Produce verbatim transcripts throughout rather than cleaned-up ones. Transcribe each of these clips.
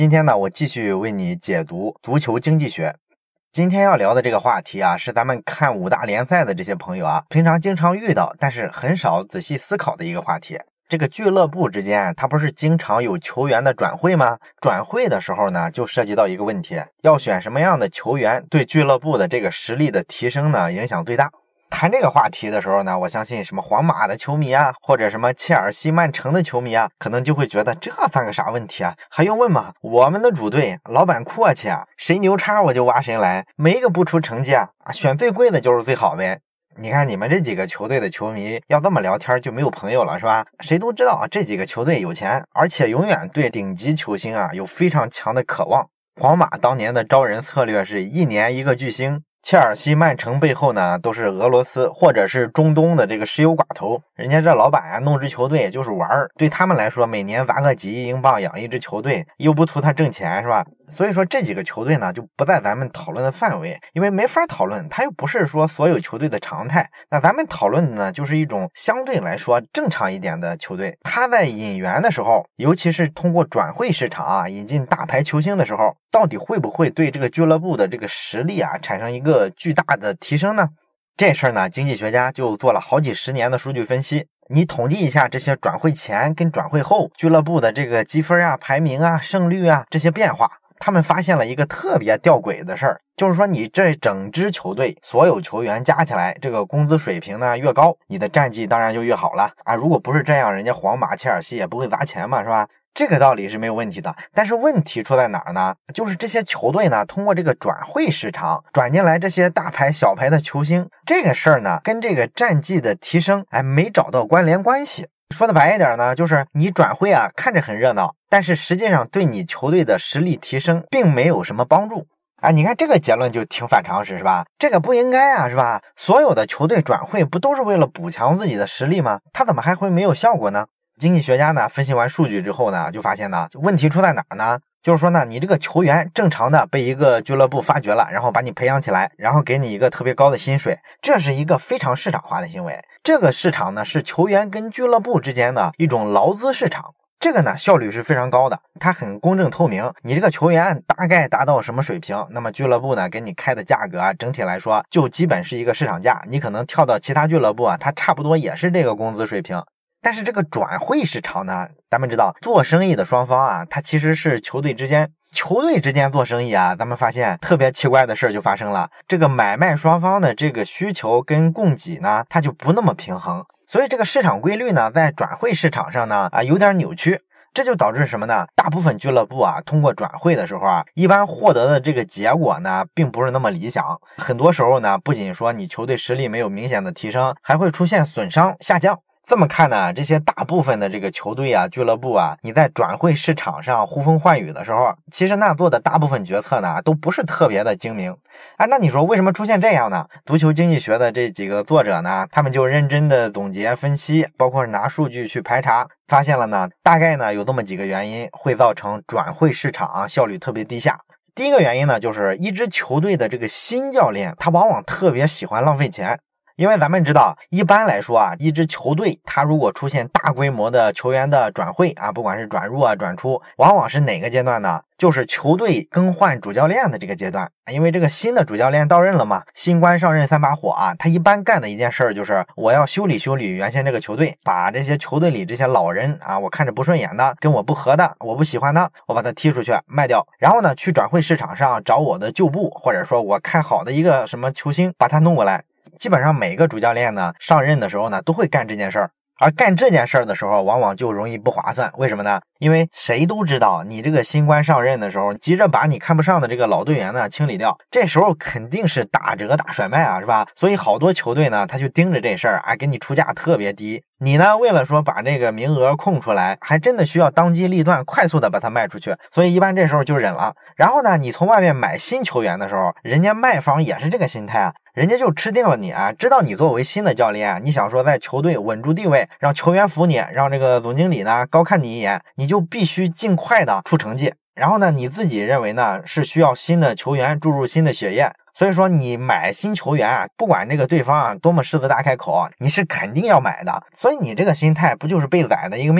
今天呢，我继续为你解读足球经济学。今天要聊的这个话题啊，是咱们看五大联赛的这些朋友啊，平常经常遇到，但是很少仔细思考的一个话题。这个俱乐部之间，它不是经常有球员的转会吗？转会的时候呢，就涉及到一个问题，要选什么样的球员，对俱乐部的这个实力的提升呢，影响最大。谈这个话题的时候呢，我相信什么皇马的球迷啊，或者什么切尔西、曼城的球迷啊，可能就会觉得这算个啥问题啊？还用问吗？我们的主队老板阔气啊，谁牛叉我就挖谁来，没个不出成绩啊，选最贵的就是最好呗。你看你们这几个球队的球迷要这么聊天就没有朋友了是吧？谁都知道这几个球队有钱，而且永远对顶级球星啊有非常强的渴望。皇马当年的招人策略是一年一个巨星，切尔西、曼城背后呢都是俄罗斯或者是中东的这个石油寡头，人家这老板啊弄支球队也就是玩儿，对他们来说每年砸个几亿英镑养一支球队，又不图他挣钱是吧？所以说这几个球队呢就不在咱们讨论的范围，因为没法讨论，它又不是说所有球队的常态。那咱们讨论的呢就是一种相对来说正常一点的球队，他在引援的时候，尤其是通过转会市场啊引进大牌球星的时候，到底会不会对这个俱乐部的这个实力啊产生一个巨大的提升呢？这事儿呢，经济学家就做了好几十年的数据分析，你统计一下这些转会前跟转会后俱乐部的这个积分啊、排名啊、胜率啊这些变化，他们发现了一个特别吊诡的事儿，就是说你这整支球队所有球员加起来，这个工资水平呢越高，你的战绩当然就越好了啊！如果不是这样，人家皇马、切尔西也不会砸钱嘛，是吧？这个道理是没有问题的，但是问题出在哪儿呢？就是这些球队呢，通过这个转会市场转进来这些大牌小牌的球星，这个事儿呢，跟这个战绩的提升哎没找到关联关系。说的白一点呢，就是你转会啊看着很热闹，但是实际上对你球队的实力提升并没有什么帮助啊。你看这个结论就挺反常识是吧？这个不应该啊是吧？所有的球队转会不都是为了补强自己的实力吗？他怎么还会没有效果呢？经济学家呢分析完数据之后呢，就发现呢问题出在哪儿呢？就是说呢，你这个球员正常的被一个俱乐部发掘了，然后把你培养起来，然后给你一个特别高的薪水，这是一个非常市场化的行为。这个市场呢是球员跟俱乐部之间的一种劳资市场，这个呢效率是非常高的，它很公正透明。你这个球员大概达到什么水平，那么俱乐部呢给你开的价格啊，整体来说就基本是一个市场价。你可能跳到其他俱乐部啊，它差不多也是这个工资水平。但是这个转会市场呢，咱们知道做生意的双方啊，它其实是球队之间，球队之间做生意啊，咱们发现特别奇怪的事就发生了，这个买卖双方的这个需求跟供给呢，它就不那么平衡，所以这个市场规律呢，在转会市场上呢啊有点扭曲。这就导致什么呢？大部分俱乐部啊，通过转会的时候啊，一般获得的这个结果呢，并不是那么理想。很多时候呢，不仅说你球队实力没有明显的提升，还会出现损伤下降。这么看呢，这些大部分的这个球队啊、俱乐部啊，你在转会市场上呼风唤雨的时候，其实那做的大部分决策呢，都不是特别的精明。啊，那你说为什么出现这样呢？足球经济学的这几个作者呢，他们就认真的总结分析，包括拿数据去排查，发现了呢，大概呢有这么几个原因会造成转会市场啊效率特别低下。第一个原因呢，就是一支球队的这个新教练，他往往特别喜欢浪费钱。因为咱们知道，一般来说啊，一支球队它如果出现大规模的球员的转会啊，不管是转入啊、转出，往往是哪个阶段呢？就是球队更换主教练的这个阶段。因为这个新的主教练到任了嘛，新官上任三把火啊，他一般干的一件事儿就是我要修理修理原先这个球队，把这些球队里这些老人啊，我看着不顺眼的、跟我不合的、我不喜欢的，我把他踢出去卖掉，然后呢，去转会市场上找我的旧部，或者说我看好的一个什么球星，把他弄过来。基本上每个主教练呢上任的时候呢都会干这件事儿，而干这件事儿的时候往往就容易不划算。为什么呢？因为谁都知道你这个新官上任的时候急着把你看不上的这个老队员呢清理掉，这时候肯定是打折大甩卖啊，是吧？所以好多球队呢他就盯着这事儿啊，给你出价特别低，你呢为了说把这个名额空出来，还真的需要当机立断快速的把它卖出去，所以一般这时候就忍了。然后呢你从外面买新球员的时候，人家卖方也是这个心态啊，人家就吃定了你啊，知道你作为新的教练，你想说在球队稳住地位，让球员服你，让这个总经理呢高看你一眼，你就必须尽快的出成绩。然后呢你自己认为呢是需要新的球员注入新的血液，所以说你买新球员啊，不管这个对方啊多么狮子大开口，你是肯定要买的。所以你这个心态不就是被宰的一个命吗？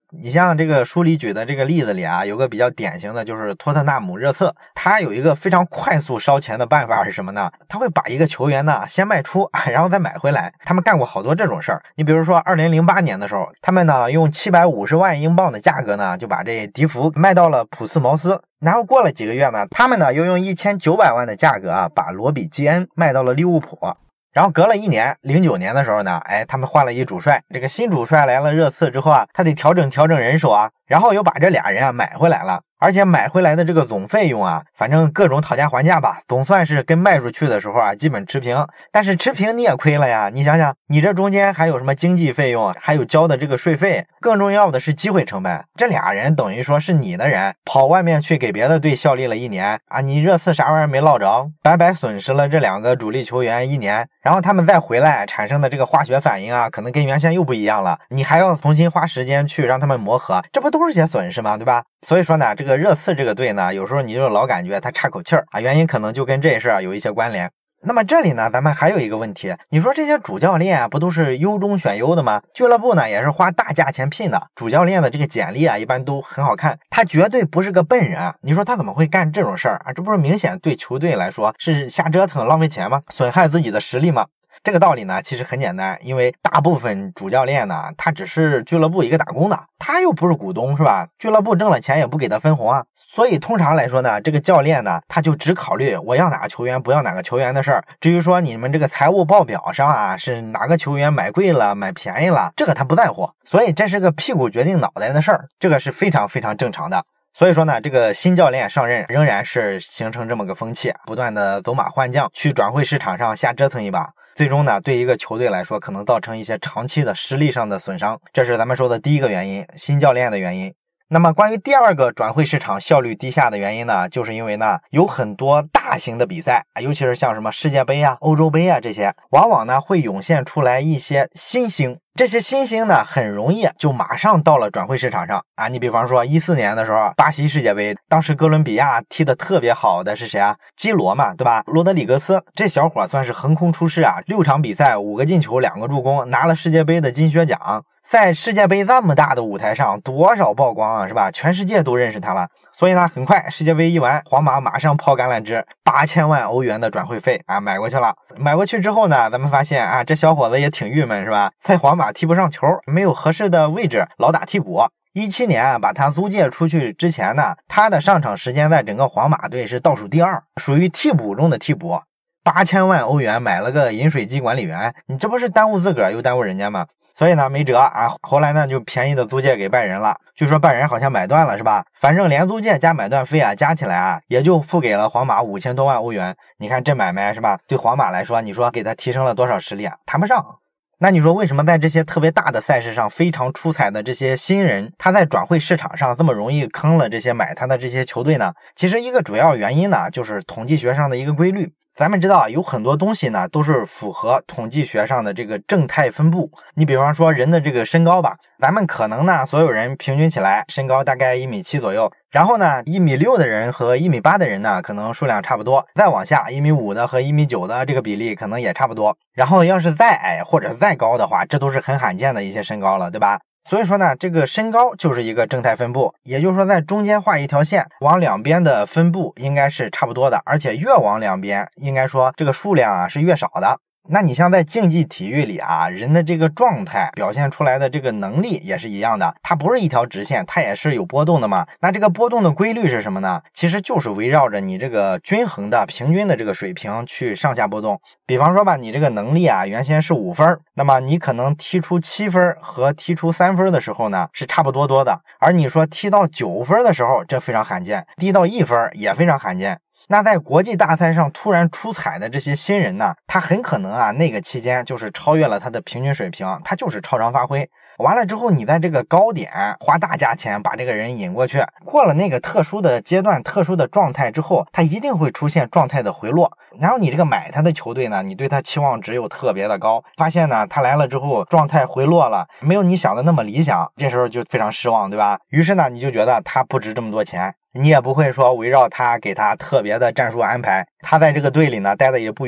你像这个书里举的这个例子里啊，有个比较典型的就是托特纳姆热刺，他有一个非常快速烧钱的办法是什么呢？他会把一个球员呢先卖出，然后再买回来。他们干过好多这种事儿。你比如说二零零八年的时候，他们呢用七百五十万英镑的价格呢就把这迪福卖到了普斯茅斯，然后过了几个月呢，他们呢又用一千九百万的价格啊把罗比基恩卖到了利物浦。然后隔了一年，零九年的时候呢，哎，他们换了一主帅，这个新主帅来了热刺之后啊，他得调整调整人手啊，然后又把这俩人啊买回来了。而且买回来的这个总费用啊，反正各种讨价还价吧，总算是跟卖出去的时候啊基本持平。但是持平你也亏了呀，你想想，你这中间还有什么经济费用，还有交的这个税费，更重要的是机会成本。这俩人等于说是你的人，跑外面去给别的队效力了一年啊，你热刺啥玩意儿没落着，白白损失了这两个主力球员一年，然后他们再回来产生的这个化学反应啊，可能跟原先又不一样了，你还要重新花时间去让他们磨合，这不都是些损失吗？对吧？所以说呢，这个热刺这个队呢，有时候你就老感觉他差口气儿啊，原因可能就跟这事儿有一些关联。那么这里呢，咱们还有一个问题，你说这些主教练啊，不都是优中选优的吗？俱乐部呢也是花大价钱聘的，主教练的这个简历啊，一般都很好看，他绝对不是个笨人啊。你说他怎么会干这种事儿啊？这不是明显对球队来说是瞎折腾、浪费钱吗？损害自己的实力吗？这个道理呢，其实很简单，因为大部分主教练呢，他只是俱乐部一个打工的，他又不是股东，是吧？俱乐部挣了钱也不给他分红啊。所以通常来说呢，这个教练呢，他就只考虑我要哪个球员，不要哪个球员的事儿。至于说你们这个财务报表上啊，是哪个球员买贵了、买便宜了，这个他不在乎。所以这是个屁股决定脑袋的事儿，这个是非常非常正常的。所以说呢，这个新教练上任仍然是形成这么个风气，不断的走马换将，去转会市场上瞎折腾一把。最终呢，对一个球队来说，可能造成一些长期的实力上的损伤，这是咱们说的第一个原因，新教练的原因。那么关于第二个转会市场效率低下的原因呢，就是因为呢，有很多大型的比赛，尤其是像什么世界杯啊、欧洲杯啊这些，往往呢会涌现出来一些新星。这些新星呢，很容易就马上到了转会市场上啊。你比方说一四年的时候，巴西世界杯，当时哥伦比亚踢得特别好的是谁啊？基罗嘛，对吧？罗德里格斯，这小伙算是横空出世啊，六场比赛五个进球两个助攻，拿了世界杯的金靴奖。在世界杯这么大的舞台上，多少曝光啊，是吧？全世界都认识他了。所以呢，很快世界杯一完，皇马马上抛橄榄枝，八千万欧元的转会费啊，买过去了。买过去之后呢，咱们发现啊，这小伙子也挺郁闷，是吧？在皇马踢不上球，没有合适的位置，老打替补。一七年啊，把他租借出去之前呢，他的上场时间在整个皇马队是倒数第二，属于替补中的替补。八千万欧元买了个饮水机管理员，你这不是耽误自个儿又耽误人家吗？所以呢，没辙啊，后来呢就便宜的租借给拜仁了。据说拜仁好像买断了，是吧？反正连租借加买断费啊，加起来啊，也就付给了皇马五千多万欧元。你看这买卖是吧？对皇马来说，你说给他提升了多少实力啊？谈不上。那你说为什么在这些特别大的赛事上非常出彩的这些新人，他在转会市场上这么容易坑了这些买他的这些球队呢？其实一个主要原因呢，就是统计学上的一个规律。咱们知道有很多东西呢都是符合统计学上的这个正态分布。你比方说人的这个身高吧，咱们可能呢所有人平均起来身高大概一米七左右，然后呢一米六的人和一米八的人呢可能数量差不多，再往下一米五的和一米九的这个比例可能也差不多，然后要是再矮或者再高的话，这都是很罕见的一些身高了，对吧？所以说呢，这个身高就是一个正态分布，也就是说在中间画一条线，往两边的分布应该是差不多的，而且越往两边应该说这个数量啊是越少的。那你像在竞技体育里啊，人的这个状态表现出来的这个能力也是一样的，它不是一条直线，它也是有波动的嘛。那这个波动的规律是什么呢？其实就是围绕着你这个均衡的平均的这个水平去上下波动。比方说吧，你这个能力啊原先是五分，那么你可能踢出七分和踢出三分的时候呢是差不多多的，而你说踢到九分的时候，这非常罕见，低到一分也非常罕见。那在国际大赛上突然出彩的这些新人呢，他很可能啊那个期间就是超越了他的平均水平，他就是超常发挥。完了之后，你在这个高点花大价钱把这个人引过去，过了那个特殊的阶段、特殊的状态之后，他一定会出现状态的回落。然后你这个买他的球队呢，你对他期望值又特别的高，发现呢他来了之后状态回落了，没有你想的那么理想，这时候就非常失望，对吧？于是呢你就觉得他不值这么多钱，你也不会说围绕他给他特别的战术安排，他在这个队里呢待的也不愉快，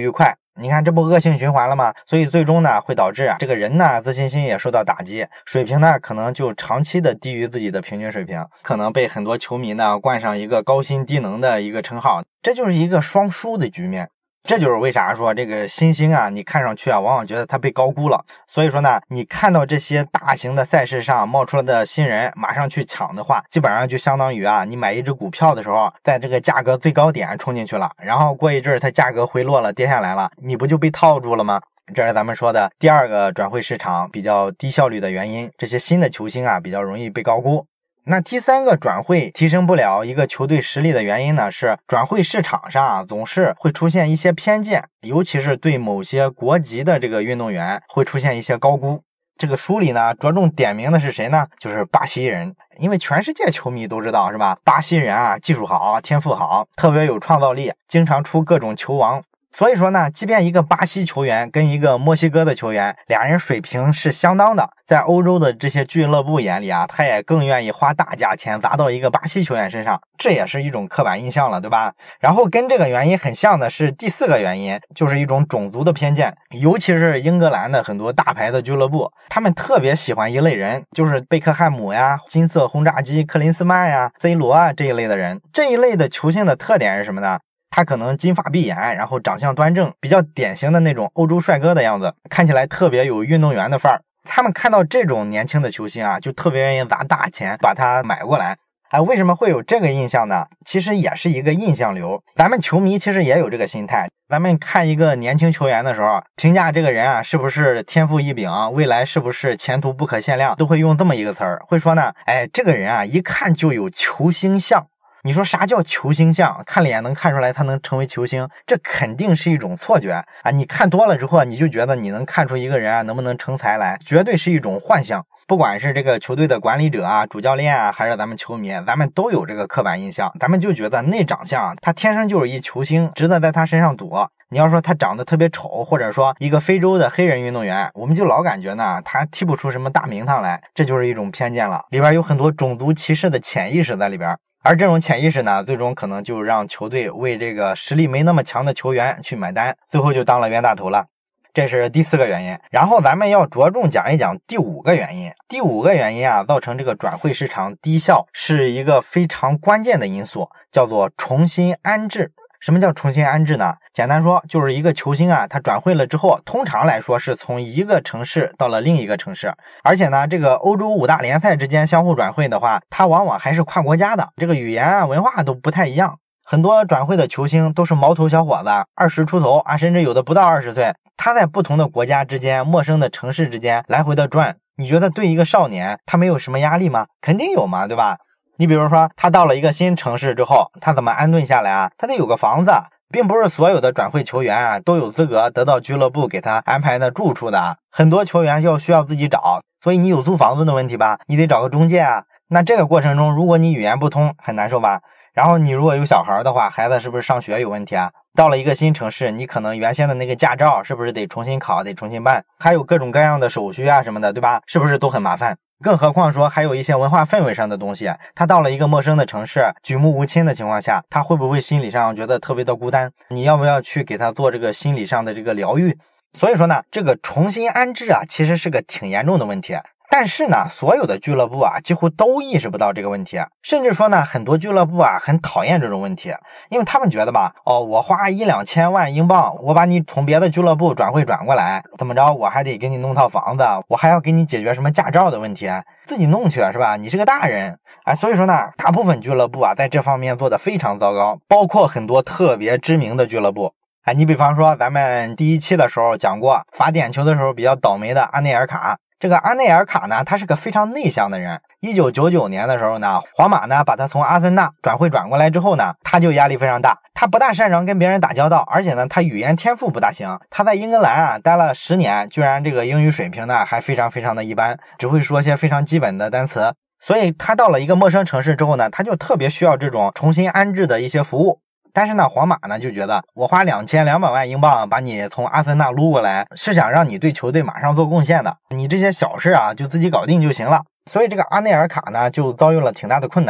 你看这不恶性循环了吗？所以最终呢会导致啊这个人呢自信心也受到打击，水平呢可能就长期的低于自己的平均水平，可能被很多球迷呢冠上一个高薪低能的一个称号，这就是一个双输的局面。这就是为啥说这个新星啊，你看上去啊，往往觉得他被高估了。所以说呢，你看到这些大型的赛事上冒出来的新人，马上去抢的话，基本上就相当于啊，你买一只股票的时候，在这个价格最高点冲进去了，然后过一阵儿它价格回落了，跌下来了，你不就被套住了吗？这是咱们说的第二个转会市场比较低效率的原因，这些新的球星啊，比较容易被高估。那第三个转会提升不了一个球队实力的原因呢，是转会市场上啊总是会出现一些偏见，尤其是对某些国籍的这个运动员会出现一些高估。这个书里呢着重点名的是谁呢？就是巴西人，因为全世界球迷都知道是吧？巴西人啊技术好，天赋好，特别有创造力，经常出各种球王。所以说呢，即便一个巴西球员跟一个墨西哥的球员，俩人水平是相当的，在欧洲的这些俱乐部眼里啊，他也更愿意花大价钱砸到一个巴西球员身上，这也是一种刻板印象了，对吧？然后跟这个原因很像的是第四个原因，就是一种种族的偏见，尤其是英格兰的很多大牌的俱乐部，他们特别喜欢一类人，就是贝克汉姆呀、金色轰炸机克林斯曼呀、C 罗啊这一类的人。这一类的球星的特点是什么呢？他可能金发碧眼，然后长相端正，比较典型的那种欧洲帅哥的样子，看起来特别有运动员的范儿。他们看到这种年轻的球星啊，就特别愿意砸大钱把他买过来。哎，为什么会有这个印象呢？其实也是一个印象流。咱们球迷其实也有这个心态。咱们看一个年轻球员的时候，评价这个人啊是不是天赋异禀，未来是不是前途不可限量，都会用这么一个词儿，会说呢，哎，这个人啊一看就有球星相。你说啥叫球星相？看脸能看出来他能成为球星，这肯定是一种错觉啊！你看多了之后，你就觉得你能看出一个人啊能不能成才来，绝对是一种幻象。不管是这个球队的管理者啊、主教练啊，还是咱们球迷，咱们都有这个刻板印象，咱们就觉得那长相他天生就是一球星，值得在他身上赌。你要说他长得特别丑，或者说一个非洲的黑人运动员，我们就老感觉呢他踢不出什么大名堂来，这就是一种偏见了，里边有很多种族歧视的潜意识在里边。而这种潜意识呢，最终可能就让球队为这个实力没那么强的球员去买单，最后就当了冤大头了。这是第四个原因。然后咱们要着重讲一讲第五个原因。第五个原因啊，造成这个转会市场低效是一个非常关键的因素，叫做重新安置。什么叫重新安置呢？简单说，就是一个球星啊，他转会了之后，通常来说是从一个城市到了另一个城市，而且呢，这个欧洲五大联赛之间相互转会的话，他往往还是跨国家的，这个语言啊、文化都不太一样。很多转会的球星都是毛头小伙子，二十出头啊，甚至有的不到二十岁，他在不同的国家之间、陌生的城市之间来回的转，你觉得对一个少年，他没有什么压力吗？肯定有嘛，对吧？你比如说他到了一个新城市之后，他怎么安顿下来啊？他得有个房子，并不是所有的转会球员啊都有资格得到俱乐部给他安排的住处的，很多球员要需要自己找，所以你有租房子的问题吧，你得找个中介啊。那这个过程中，如果你语言不通，很难受吧？然后你如果有小孩的话，孩子是不是上学有问题啊？到了一个新城市，你可能原先的那个驾照是不是得重新考，得重新办，还有各种各样的手续啊什么的，对吧？是不是都很麻烦？更何况说还有一些文化氛围上的东西，他到了一个陌生的城市，举目无亲的情况下，他会不会心理上觉得特别的孤单？你要不要去给他做这个心理上的这个疗愈？所以说呢，这个重新安置啊，其实是个挺严重的问题。但是呢，所有的俱乐部啊，几乎都意识不到这个问题，甚至说呢，很多俱乐部啊，很讨厌这种问题，因为他们觉得吧，哦，我花一两千万英镑，我把你从别的俱乐部转会转过来，怎么着，我还得给你弄套房子，我还要给你解决什么驾照的问题，自己弄去是吧？你是个大人，哎，所以说呢，大部分俱乐部啊，在这方面做得非常糟糕，包括很多特别知名的俱乐部。哎，你比方说，咱们第一期的时候讲过，罚点球的时候比较倒霉的阿内尔卡。这个阿内尔卡呢，他是个非常内向的人。一九九九年的时候呢，皇马呢把他从阿森纳转会转过来之后呢，他就压力非常大。他不大擅长跟别人打交道，而且呢，他语言天赋不大行。他在英格兰啊待了十年，居然这个英语水平呢还非常非常的一般，只会说些非常基本的单词。所以他到了一个陌生城市之后呢，他就特别需要这种重新安置的一些服务。但是呢，皇马呢就觉得我花两千两百万英镑把你从阿森纳撸过来，是想让你对球队马上做贡献的，你这些小事啊就自己搞定就行了。所以这个阿内尔卡呢就遭遇了挺大的困难。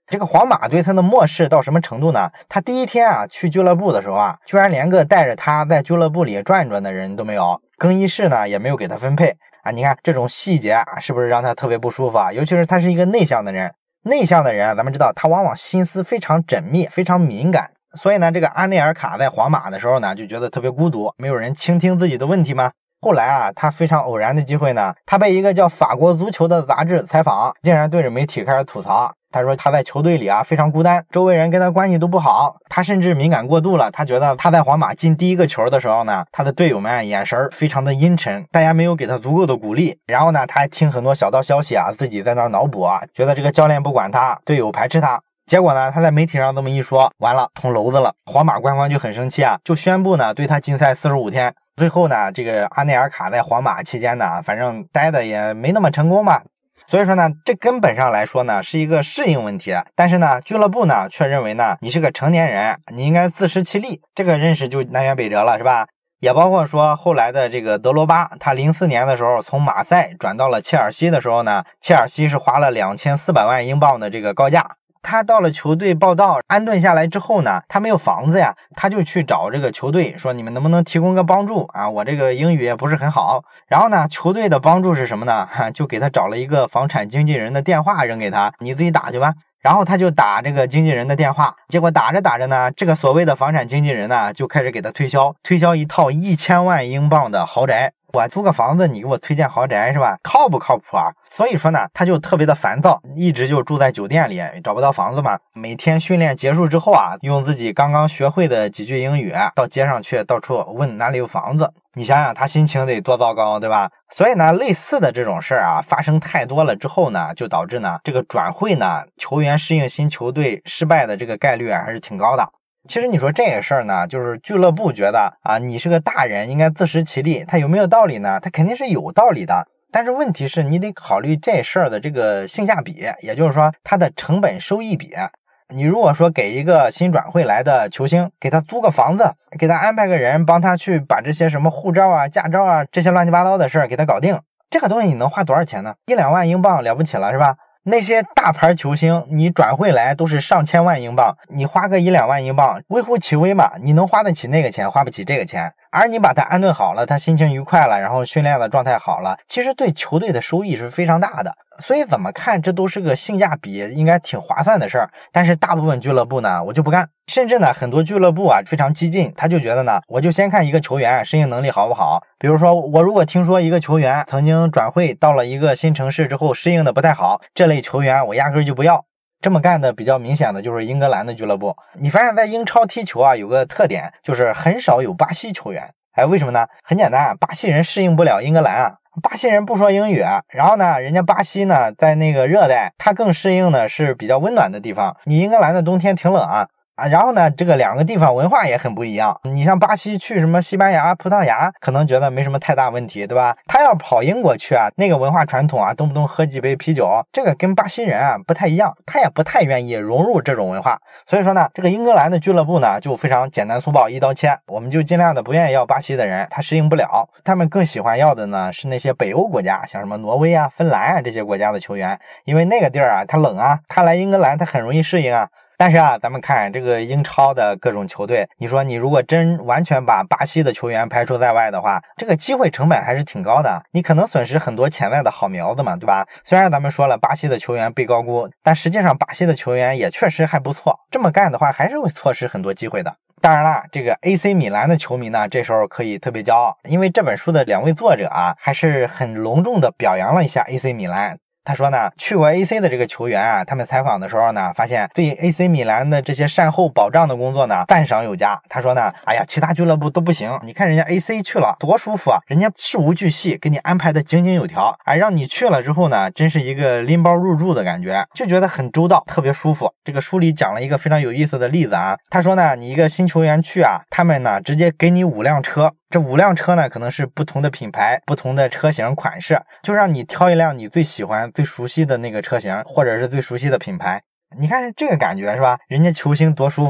这个皇马对他的漠视到什么程度呢？他第一天啊去俱乐部的时候啊，居然连个带着他在俱乐部里转转的人都没有，更衣室呢也没有给他分配啊。你看这种细节啊，是不是让他特别不舒服啊？尤其是他是一个内向的人，内向的人啊，咱们知道他往往心思非常缜密，非常敏感。所以呢，这个阿内尔卡在皇马的时候呢，就觉得特别孤独，没有人倾听自己的问题吗？后来啊，他非常偶然的机会呢，他被一个叫法国足球的杂志采访，竟然对着媒体开始吐槽。他说他在球队里啊非常孤单，周围人跟他关系都不好，他甚至敏感过度了。他觉得他在皇马进第一个球的时候呢，他的队友们眼神非常的阴沉，大家没有给他足够的鼓励。然后呢，他还听很多小道消息啊，自己在那脑补啊，觉得这个教练不管他，队友排斥他。结果呢，他在媒体上这么一说，完了捅娄子了。皇马官方就很生气啊，就宣布呢对他禁赛四十五天。最后呢，这个阿内尔卡在皇马期间呢，反正待的也没那么成功吧。所以说呢，这根本上来说呢是一个适应问题，但是呢，俱乐部呢却认为呢你是个成年人，你应该自食其力，这个认识就南辕北辙了，是吧？也包括说后来的这个德罗巴，他零四年的时候从马赛转到了切尔西的时候呢，切尔西是花了两千四百万英镑的这个高价。他到了球队报道安顿下来之后呢，他没有房子呀，他就去找这个球队说，你们能不能提供个帮助啊？我这个英语也不是很好。然后呢，球队的帮助是什么呢？就给他找了一个房产经纪人的电话扔给他，你自己打去吧。然后他就打这个经纪人的电话，结果打着打着呢，这个所谓的房产经纪人呢就开始给他推销推销一套一千万英镑的豪宅。我租个房子，你给我推荐豪宅是吧？靠不靠谱啊？所以说呢，他就特别的烦躁，一直就住在酒店里，找不到房子嘛。每天训练结束之后啊，用自己刚刚学会的几句英语到街上去，到处问哪里有房子。你想想他心情得多糟糕，对吧？所以呢，类似的这种事儿啊，发生太多了之后呢，就导致呢这个转会呢，球员适应新球队失败的这个概率啊，还是挺高的。其实你说这个事儿呢，就是俱乐部觉得啊，你是个大人，应该自食其力，他有没有道理呢？他肯定是有道理的，但是问题是你得考虑这事儿的这个性价比，也就是说它的成本收益比。你如果说给一个新转会来的球星，给他租个房子，给他安排个人帮他去把这些什么护照啊、驾照啊这些乱七八糟的事儿给他搞定，这个东西你能花多少钱呢？一两万英镑了不起了，是吧？那些大牌球星你转会来都是上千万英镑，你花个一两万英镑微乎其微嘛，你能花得起那个钱，花不起这个钱。而你把他安顿好了，他心情愉快了，然后训练的状态好了，其实对球队的收益是非常大的。所以怎么看这都是个性价比应该挺划算的事儿。但是大部分俱乐部呢，我就不干。甚至呢，很多俱乐部啊非常激进，他就觉得呢，我就先看一个球员适应能力好不好。比如说我如果听说一个球员曾经转会到了一个新城市之后适应的不太好，这类球员我压根就不要。这么干的比较明显的就是英格兰的俱乐部。你发现在英超踢球啊，有个特点就是很少有巴西球员。哎，为什么呢？很简单，巴西人适应不了英格兰啊。巴西人不说英语，然后呢，人家巴西呢在那个热带，他更适应的是比较温暖的地方。你英格兰的冬天挺冷啊。啊，然后呢，这个两个地方文化也很不一样。你像巴西去什么西班牙、葡萄牙，可能觉得没什么太大问题，对吧？他要跑英国去啊，那个文化传统啊，动不动喝几杯啤酒，这个跟巴西人啊不太一样，他也不太愿意融入这种文化。所以说呢，这个英格兰的俱乐部呢就非常简单粗暴，一刀切，我们就尽量的不愿意要巴西的人，他适应不了。他们更喜欢要的呢是那些北欧国家，像什么挪威啊、芬兰啊这些国家的球员，因为那个地儿啊它冷啊，他来英格兰他很容易适应啊。但是啊，咱们看这个英超的各种球队，你说你如果真完全把巴西的球员排除在外的话，这个机会成本还是挺高的，你可能损失很多潜在的好苗子嘛，对吧？虽然咱们说了巴西的球员被高估，但实际上巴西的球员也确实还不错，这么干的话还是会错失很多机会的。当然啦，这个 A C 米兰的球迷呢，这时候可以特别骄傲，因为这本书的两位作者啊，还是很隆重的表扬了一下 A C 米兰。他说呢，去过 A C 的这个球员啊，他们采访的时候呢，发现对 A C 米兰的这些善后保障的工作呢，赞赏有加。他说呢，哎呀，其他俱乐部都不行，你看人家 A C 去了多舒服啊，人家事无巨细，给你安排的井井有条，哎，让你去了之后呢，真是一个拎包入住的感觉，就觉得很周到，特别舒服。这个书里讲了一个非常有意思的例子啊，他说呢，你一个新球员去啊，他们呢直接给你五辆车。这五辆车呢，可能是不同的品牌、不同的车型款式，就让你挑一辆你最喜欢、最熟悉的那个车型，或者是最熟悉的品牌。你看这个感觉是吧？人家球星多舒服。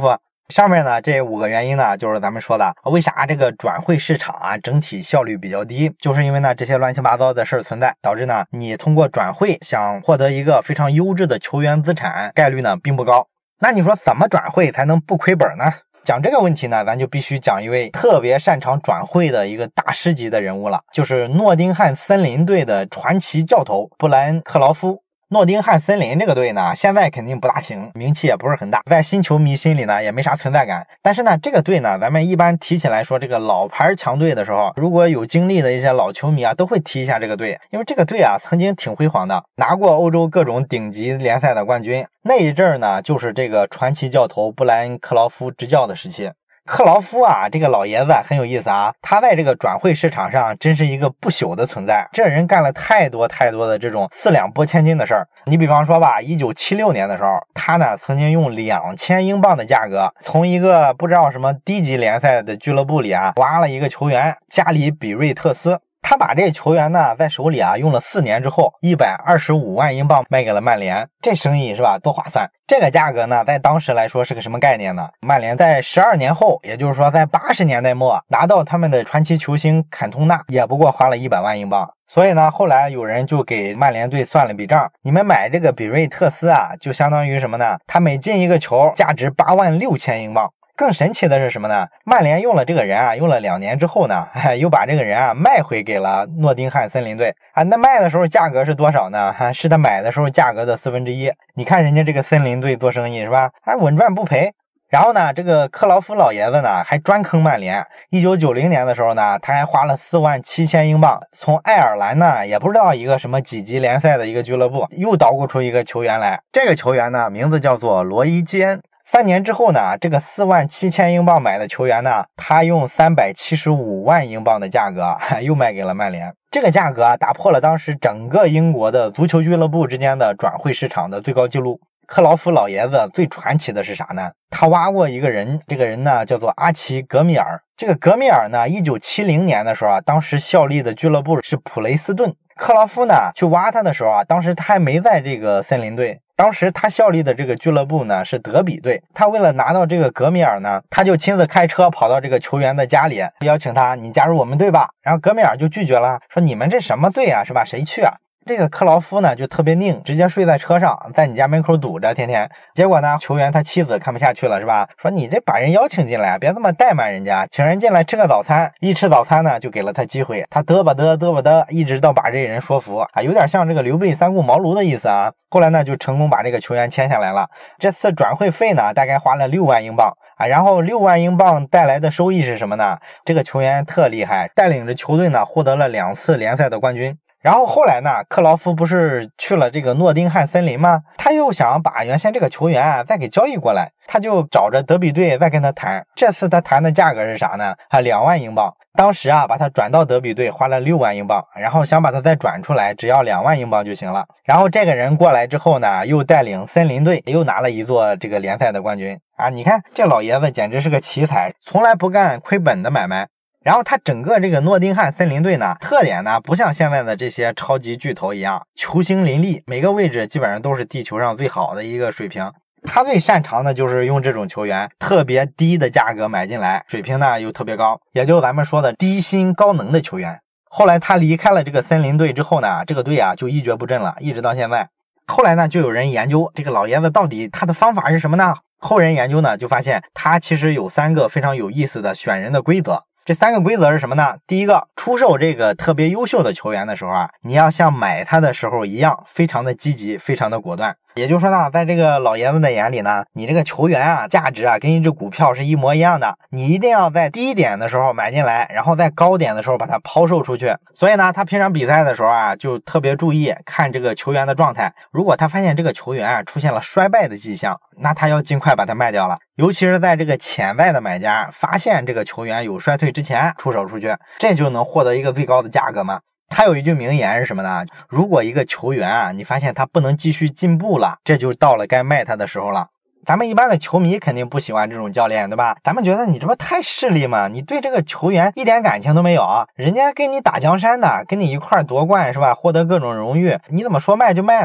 上面呢这五个原因呢，就是咱们说的为啥这个转会市场啊整体效率比较低，就是因为呢这些乱七八糟的事儿存在，导致呢你通过转会想获得一个非常优质的球员资产概率呢并不高。那你说怎么转会才能不亏本呢？讲这个问题呢，咱就必须讲一位特别擅长转会的一个大师级的人物了，就是诺丁汉森林队的传奇教头布莱恩·克劳夫。诺丁汉森林这个队呢，现在肯定不大行，名气也不是很大，在新球迷心里呢也没啥存在感。但是呢，这个队呢，咱们一般提起来说这个老牌强队的时候，如果有经历的一些老球迷啊，都会提一下这个队，因为这个队啊曾经挺辉煌的，拿过欧洲各种顶级联赛的冠军。那一阵儿呢，就是这个传奇教头布莱恩·克劳夫执教的时期。克劳夫啊，这个老爷子很有意思啊，他在这个转会市场上真是一个不朽的存在。这人干了太多太多的这种四两拨千斤的事儿。你比方说吧，一九七六年的时候，他呢曾经用两千英镑的价格，从一个不知道什么低级联赛的俱乐部里啊挖了一个球员加里比瑞特斯。他把这球员呢在手里啊用了四年之后，一百二十五万英镑卖给了曼联，这生意是吧多划算。这个价格呢在当时来说是个什么概念呢？曼联在十二年后，也就是说在八十年代末拿到他们的传奇球星坎通纳，也不过花了一百万英镑。所以呢后来有人就给曼联队算了笔账，你们买这个比瑞特斯啊就相当于什么呢？他每进一个球价值八万六千英镑。更神奇的是什么呢？曼联用了这个人啊，用了两年之后呢，又把这个人啊卖回给了诺丁汉森林队啊。那卖的时候价格是多少呢？是他买的时候价格的四分之一。你看人家这个森林队做生意是吧？还稳赚不赔。然后呢，这个克劳夫老爷子呢还专坑曼联。一九九零年的时候呢，他还花了四万七千英镑，从爱尔兰呢也不知道一个什么几级联赛的一个俱乐部，又捣鼓出一个球员来。这个球员呢名字叫做罗伊基恩。三年之后呢，这个四万七千英镑买的球员呢，他用三百七十五万英镑的价格又卖给了曼联。这个价格啊，打破了当时整个英国的足球俱乐部之间的转会市场的最高纪录。克劳夫老爷子最传奇的是啥呢？他挖过一个人，这个人呢叫做阿奇·格米尔。这个格米尔呢，一九七零年的时候啊，当时效力的俱乐部是普雷斯顿。克劳夫呢去挖他的时候啊，当时他还没在这个森林队。当时他效力的这个俱乐部呢是德比队，他为了拿到这个格米尔呢，他就亲自开车跑到这个球员的家里，邀请他，你加入我们队吧。然后格米尔就拒绝了，说你们这什么队啊，是吧？谁去啊？这个克劳夫呢就特别拧，直接睡在车上，在你家门口堵着，天天。结果呢，球员他妻子看不下去了，是吧？说你这把人邀请进来，别这么怠慢人家，请人进来吃个早餐。一吃早餐呢，就给了他机会，他嘚吧嘚嘚吧嘚，一直到把这人说服啊，有点像这个刘备三顾茅庐的意思啊。后来呢，就成功把这个球员签下来了。这次转会费呢，大概花了六万英镑啊。然后六万英镑带来的收益是什么呢？这个球员特厉害，带领着球队呢获得了两次联赛的冠军。然后后来呢，克劳夫不是去了这个诺丁汉森林吗？他又想把原先这个球员啊再给交易过来，他就找着德比队再跟他谈。这次他谈的价格是啥呢？啊，两万英镑。当时啊，把他转到德比队花了六万英镑，然后想把他再转出来，只要两万英镑就行了。然后这个人过来之后呢，又带领森林队又拿了一座这个联赛的冠军啊！你看这老爷子简直是个奇才，从来不干亏本的买卖。然后他整个这个诺丁汉森林队呢，特点呢不像现在的这些超级巨头一样，球星林立，每个位置基本上都是地球上最好的一个水平。他最擅长的就是用这种球员特别低的价格买进来，水平呢又特别高，也就咱们说的低薪高能的球员。后来他离开了这个森林队之后呢，这个队啊就一蹶不振了，一直到现在。后来呢，就有人研究这个老爷子到底他的方法是什么呢？后人研究呢，就发现他其实有三个非常有意思的选人的规则。这三个规则是什么呢？第一个，出售这个特别优秀的球员的时候啊，你要像买他的时候一样，非常的积极，非常的果断。也就是说呢，在这个老爷子的眼里呢，你这个球员啊，价值啊，跟一只股票是一模一样的，你一定要在低点的时候买进来，然后在高点的时候把它抛售出去。所以呢，他平常比赛的时候啊，就特别注意看这个球员的状态。如果他发现这个球员啊出现了衰败的迹象，那他要尽快把它卖掉了。尤其是在这个潜在的买家发现这个球员有衰退之前出手出去，这就能获得一个最高的价格嘛。他有一句名言是什么呢？如果一个球员啊，你发现他不能继续进步了，这就到了该卖他的时候了。咱们一般的球迷肯定不喜欢这种教练，对吧？咱们觉得你这不太势利嘛，你对这个球员一点感情都没有，人家跟你打江山的，跟你一块夺冠是吧？获得各种荣誉，你怎么说卖就卖呢？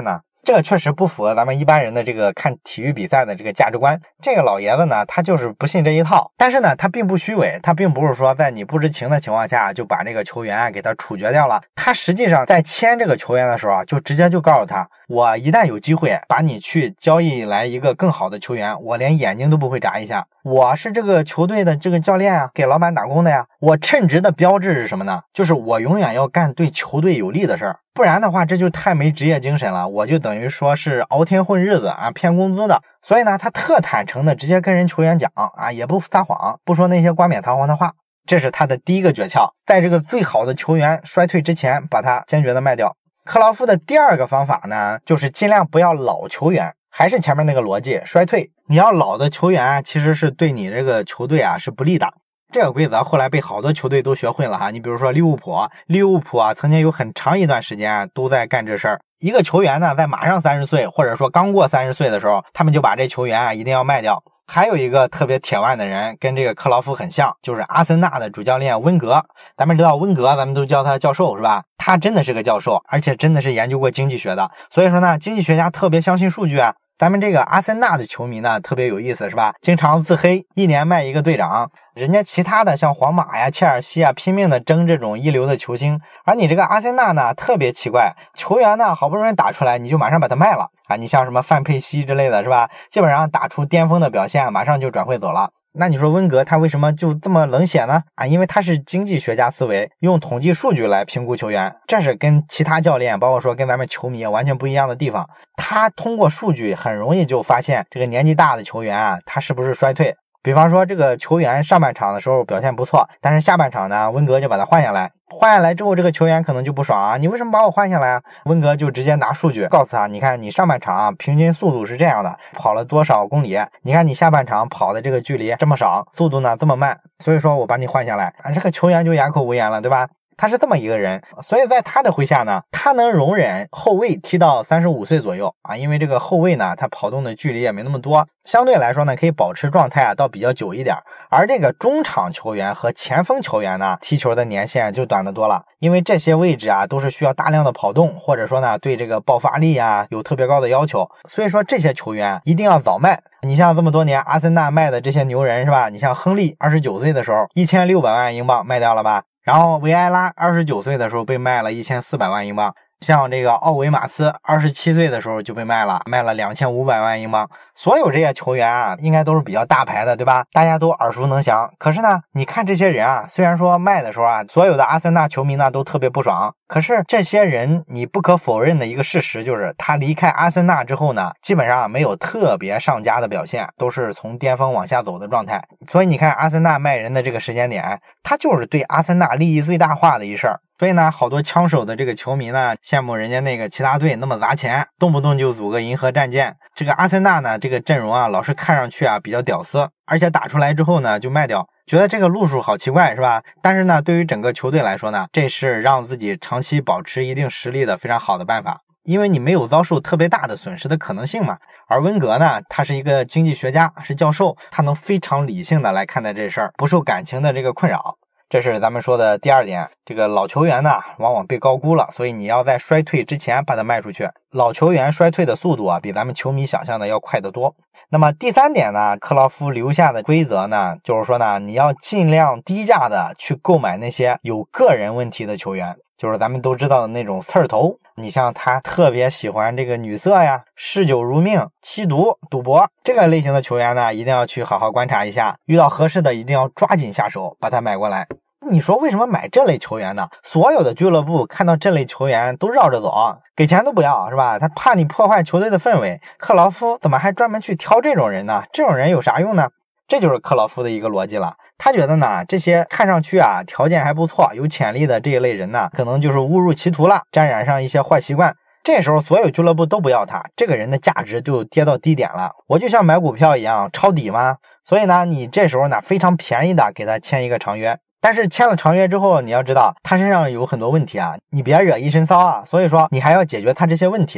这个确实不符合咱们一般人的这个看体育比赛的这个价值观。这个老爷子呢，他就是不信这一套，但是呢，他并不虚伪，他并不是说在你不知情的情况下就把这个球员啊给他处决掉了。他实际上在签这个球员的时候啊，就直接就告诉他，我一旦有机会把你去交易来一个更好的球员，我连眼睛都不会眨一下。我是这个球队的这个教练啊，给老板打工的呀。我称职的标志是什么呢？就是我永远要干对球队有利的事儿。不然的话，这就太没职业精神了，我就等于说是熬天混日子啊，骗工资的。所以呢，他特坦诚的直接跟人球员讲啊，也不撒谎，不说那些冠冕堂皇的话。这是他的第一个诀窍，在这个最好的球员衰退之前，把他坚决的卖掉。克劳夫的第二个方法呢，就是尽量不要老球员，还是前面那个逻辑，衰退。你要老的球员，其实是对你这个球队啊是不利的。这个规则后来被好多球队都学会了哈，你比如说利物浦，利物浦啊曾经有很长一段时间啊都在干这事儿。一个球员呢在马上三十岁或者说刚过三十岁的时候，他们就把这球员啊一定要卖掉。还有一个特别铁腕的人跟这个克劳夫很像，就是阿森纳的主教练温格。咱们知道温格，咱们都叫他教授是吧？他真的是个教授，而且真的是研究过经济学的。所以说呢，经济学家特别相信数据啊。咱们这个阿森纳的球迷呢特别有意思是吧？经常自黑，一年卖一个队长。人家其他的像皇马呀、切尔西啊，拼命的争这种一流的球星，而你这个阿森纳呢特别奇怪，球员呢好不容易打出来，你就马上把他卖了啊！你像什么范佩西之类的是吧？基本上打出巅峰的表现，马上就转会走了。那你说温格他为什么就这么冷血呢？啊，因为他是经济学家思维，用统计数据来评估球员，这是跟其他教练，包括说跟咱们球迷完全不一样的地方。他通过数据很容易就发现这个年纪大的球员啊，他是不是衰退。比方说这个球员上半场的时候表现不错，但是下半场呢，温格就把他换下来。换下来之后，这个球员可能就不爽啊，你为什么把我换下来啊？温格就直接拿数据告诉他，你看你上半场啊平均速度是这样的，跑了多少公里，你看你下半场跑的这个距离这么少，速度呢这么慢，所以说我把你换下来啊，这个球员就哑口无言了，对吧？他是这么一个人，所以在他的麾下呢，他能容忍后卫踢到三十五岁左右啊，因为这个后卫呢，他跑动的距离也没那么多，相对来说呢，可以保持状态啊到比较久一点。而这个中场球员和前锋球员呢，踢球的年限就短得多了，因为这些位置啊都是需要大量的跑动，或者说呢对这个爆发力啊有特别高的要求，所以说这些球员一定要早卖。你像这么多年阿森纳卖的这些牛人是吧？你像亨利二十九岁的时候一千六百万英镑卖掉了吧？然后维埃拉二十九岁的时候被卖了一千四百万英镑，像这个奥维马斯二十七岁的时候就被卖了，卖了两千五百万英镑。所有这些球员啊，应该都是比较大牌的，对吧？大家都耳熟能详。可是呢，你看这些人啊，虽然说卖的时候啊，所有的阿森纳球迷呢都特别不爽，可是这些人你不可否认的一个事实就是，他离开阿森纳之后呢，基本上没有特别上佳的表现，都是从巅峰往下走的状态。所以你看阿森纳卖人的这个时间点，他就是对阿森纳利益最大化的一事儿。所以呢，好多枪手的这个球迷呢，羡慕人家那个其他队那么砸钱，动不动就组个银河战舰。这个阿森纳呢，这个阵容啊，老是看上去啊比较屌丝，而且打出来之后呢就卖掉，觉得这个路数好奇怪是吧？但是呢，对于整个球队来说呢，这是让自己长期保持一定实力的非常好的办法，因为你没有遭受特别大的损失的可能性嘛。而温格呢，他是一个经济学家，是教授，他能非常理性的来看待这事儿，不受感情的这个困扰。这是咱们说的第二点，这个老球员呢往往被高估了，所以你要在衰退之前把它卖出去。老球员衰退的速度啊比咱们球迷想象的要快得多。那么第三点呢，克劳夫留下的规则呢，就是说呢，你要尽量低价的去购买那些有个人问题的球员，就是咱们都知道的那种刺儿头。你像他特别喜欢这个女色呀，嗜酒如命，吸毒，赌博，这个类型的球员呢，一定要去好好观察一下，遇到合适的一定要抓紧下手把他买过来。你说为什么买这类球员呢？所有的俱乐部看到这类球员都绕着走，给钱都不要是吧？他怕你破坏球队的氛围。克劳夫怎么还专门去挑这种人呢？这种人有啥用呢？这就是克劳夫的一个逻辑了。他觉得呢，这些看上去啊条件还不错有潜力的这一类人呢，可能就是误入歧途了，沾染上一些坏习惯。这时候所有俱乐部都不要他，这个人的价值就跌到低点了。我就像买股票一样，抄底嘛。所以呢，你这时候呢非常便宜的给他签一个长约。但是签了长约之后，你要知道他身上有很多问题啊，你别惹一身骚啊，所以说你还要解决他这些问题。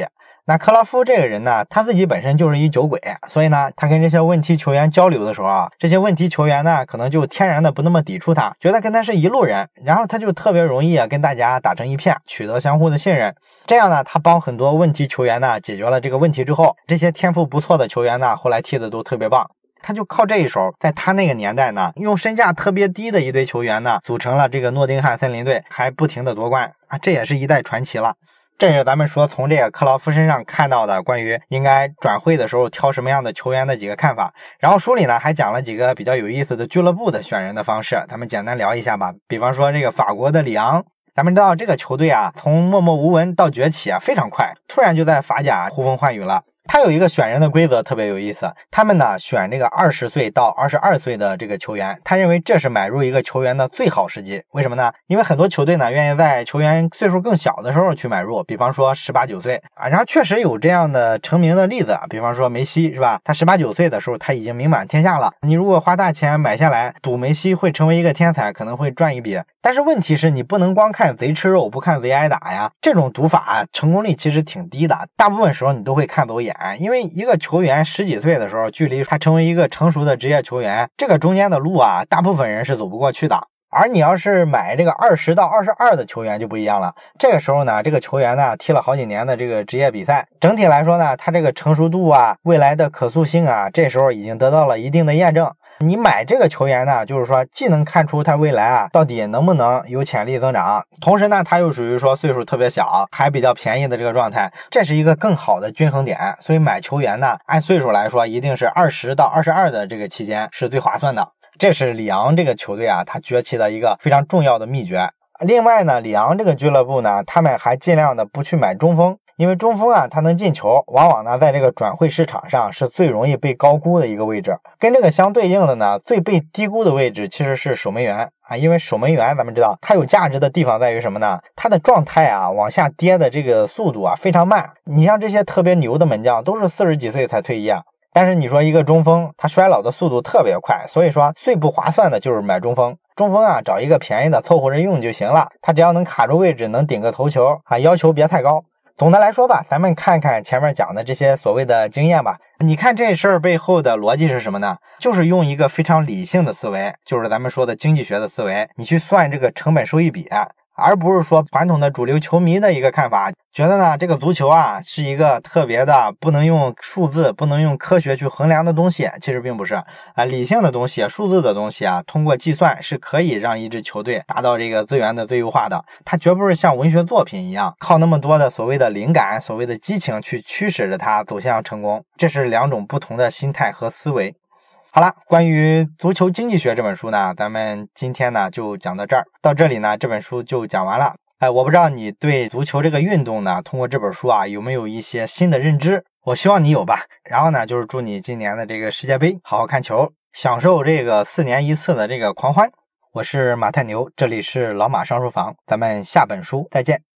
那克劳夫这个人呢，他自己本身就是一酒鬼，所以呢，他跟这些问题球员交流的时候啊，这些问题球员呢，可能就天然的不那么抵触他，觉得跟他是一路人，然后他就特别容易啊跟大家打成一片，取得相互的信任。这样呢，他帮很多问题球员呢解决了这个问题之后，这些天赋不错的球员呢，后来踢的都特别棒。他就靠这一手，在他那个年代呢，用身价特别低的一堆球员呢，组成了这个诺丁汉森林队，还不停的夺冠啊，这也是一代传奇了。这是咱们说从这个克劳夫身上看到的关于应该转会的时候挑什么样的球员的几个看法。然后书里呢还讲了几个比较有意思的俱乐部的选人的方式，咱们简单聊一下吧。比方说这个法国的里昂，咱们知道这个球队啊，从默默无闻到崛起啊非常快，突然就在法甲呼风唤雨了。他有一个选人的规则特别有意思，他们呢选这个二十岁到二十二岁的这个球员，他认为这是买入一个球员的最好时机。为什么呢？因为很多球队呢愿意在球员岁数更小的时候去买入，比方说十八九岁啊，然后确实有这样的成名的例子，比方说梅西是吧？他十八九岁的时候他已经名满天下了，你如果花大钱买下来，赌梅西会成为一个天才，可能会赚一笔。但是问题是你不能光看贼吃肉不看贼挨打呀，这种赌法啊成功率其实挺低的，大部分时候你都会看走眼。因为一个球员十几岁的时候，距离他成为一个成熟的职业球员，这个中间的路啊，大部分人是走不过去的。而你要是买这个二十到二十二的球员就不一样了，这个时候呢，这个球员呢踢了好几年的这个职业比赛，整体来说呢，他这个成熟度啊，未来的可塑性啊，这时候已经得到了一定的验证。你买这个球员呢，就是说既能看出他未来啊到底能不能有潜力增长，同时呢他又属于说岁数特别小还比较便宜的这个状态，这是一个更好的均衡点。所以买球员呢，按岁数来说一定是二十到二十二的这个期间是最划算的。这是里昂这个球队啊他崛起的一个非常重要的秘诀。另外呢，里昂这个俱乐部呢，他们还尽量的不去买中锋，因为中锋啊他能进球，往往呢在这个转会市场上是最容易被高估的一个位置。跟这个相对应的呢，最被低估的位置其实是守门员啊，因为守门员咱们知道他有价值的地方在于什么呢？他的状态啊往下跌的这个速度啊非常慢。你像这些特别牛的门将都是四十几岁才退役啊，但是你说一个中锋他衰老的速度特别快，所以说最不划算的就是买中锋。中锋啊找一个便宜的凑合着用就行了，他只要能卡住位置，能顶个头球啊，要求别太高。总的来说吧，咱们看看前面讲的这些所谓的经验吧。你看这事儿背后的逻辑是什么呢？就是用一个非常理性的思维，就是咱们说的经济学的思维，你去算这个成本收益比，而不是说传统的主流球迷的一个看法，觉得呢这个足球啊是一个特别的不能用数字不能用科学去衡量的东西。其实并不是啊，理性的东西数字的东西啊，通过计算是可以让一支球队达到这个资源的最优化的。它绝不是像文学作品一样靠那么多的所谓的灵感所谓的激情去驱使着它走向成功，这是两种不同的心态和思维。好了，关于足球经济学这本书呢，咱们今天呢就讲到这儿。到这里呢，这本书就讲完了。哎，我不知道你对足球这个运动呢，通过这本书啊，有没有一些新的认知？我希望你有吧。然后呢，就是祝你今年的这个世界杯好好看球，享受这个四年一次的这个狂欢。我是马太牛，这里是老马上书房，咱们下本书再见。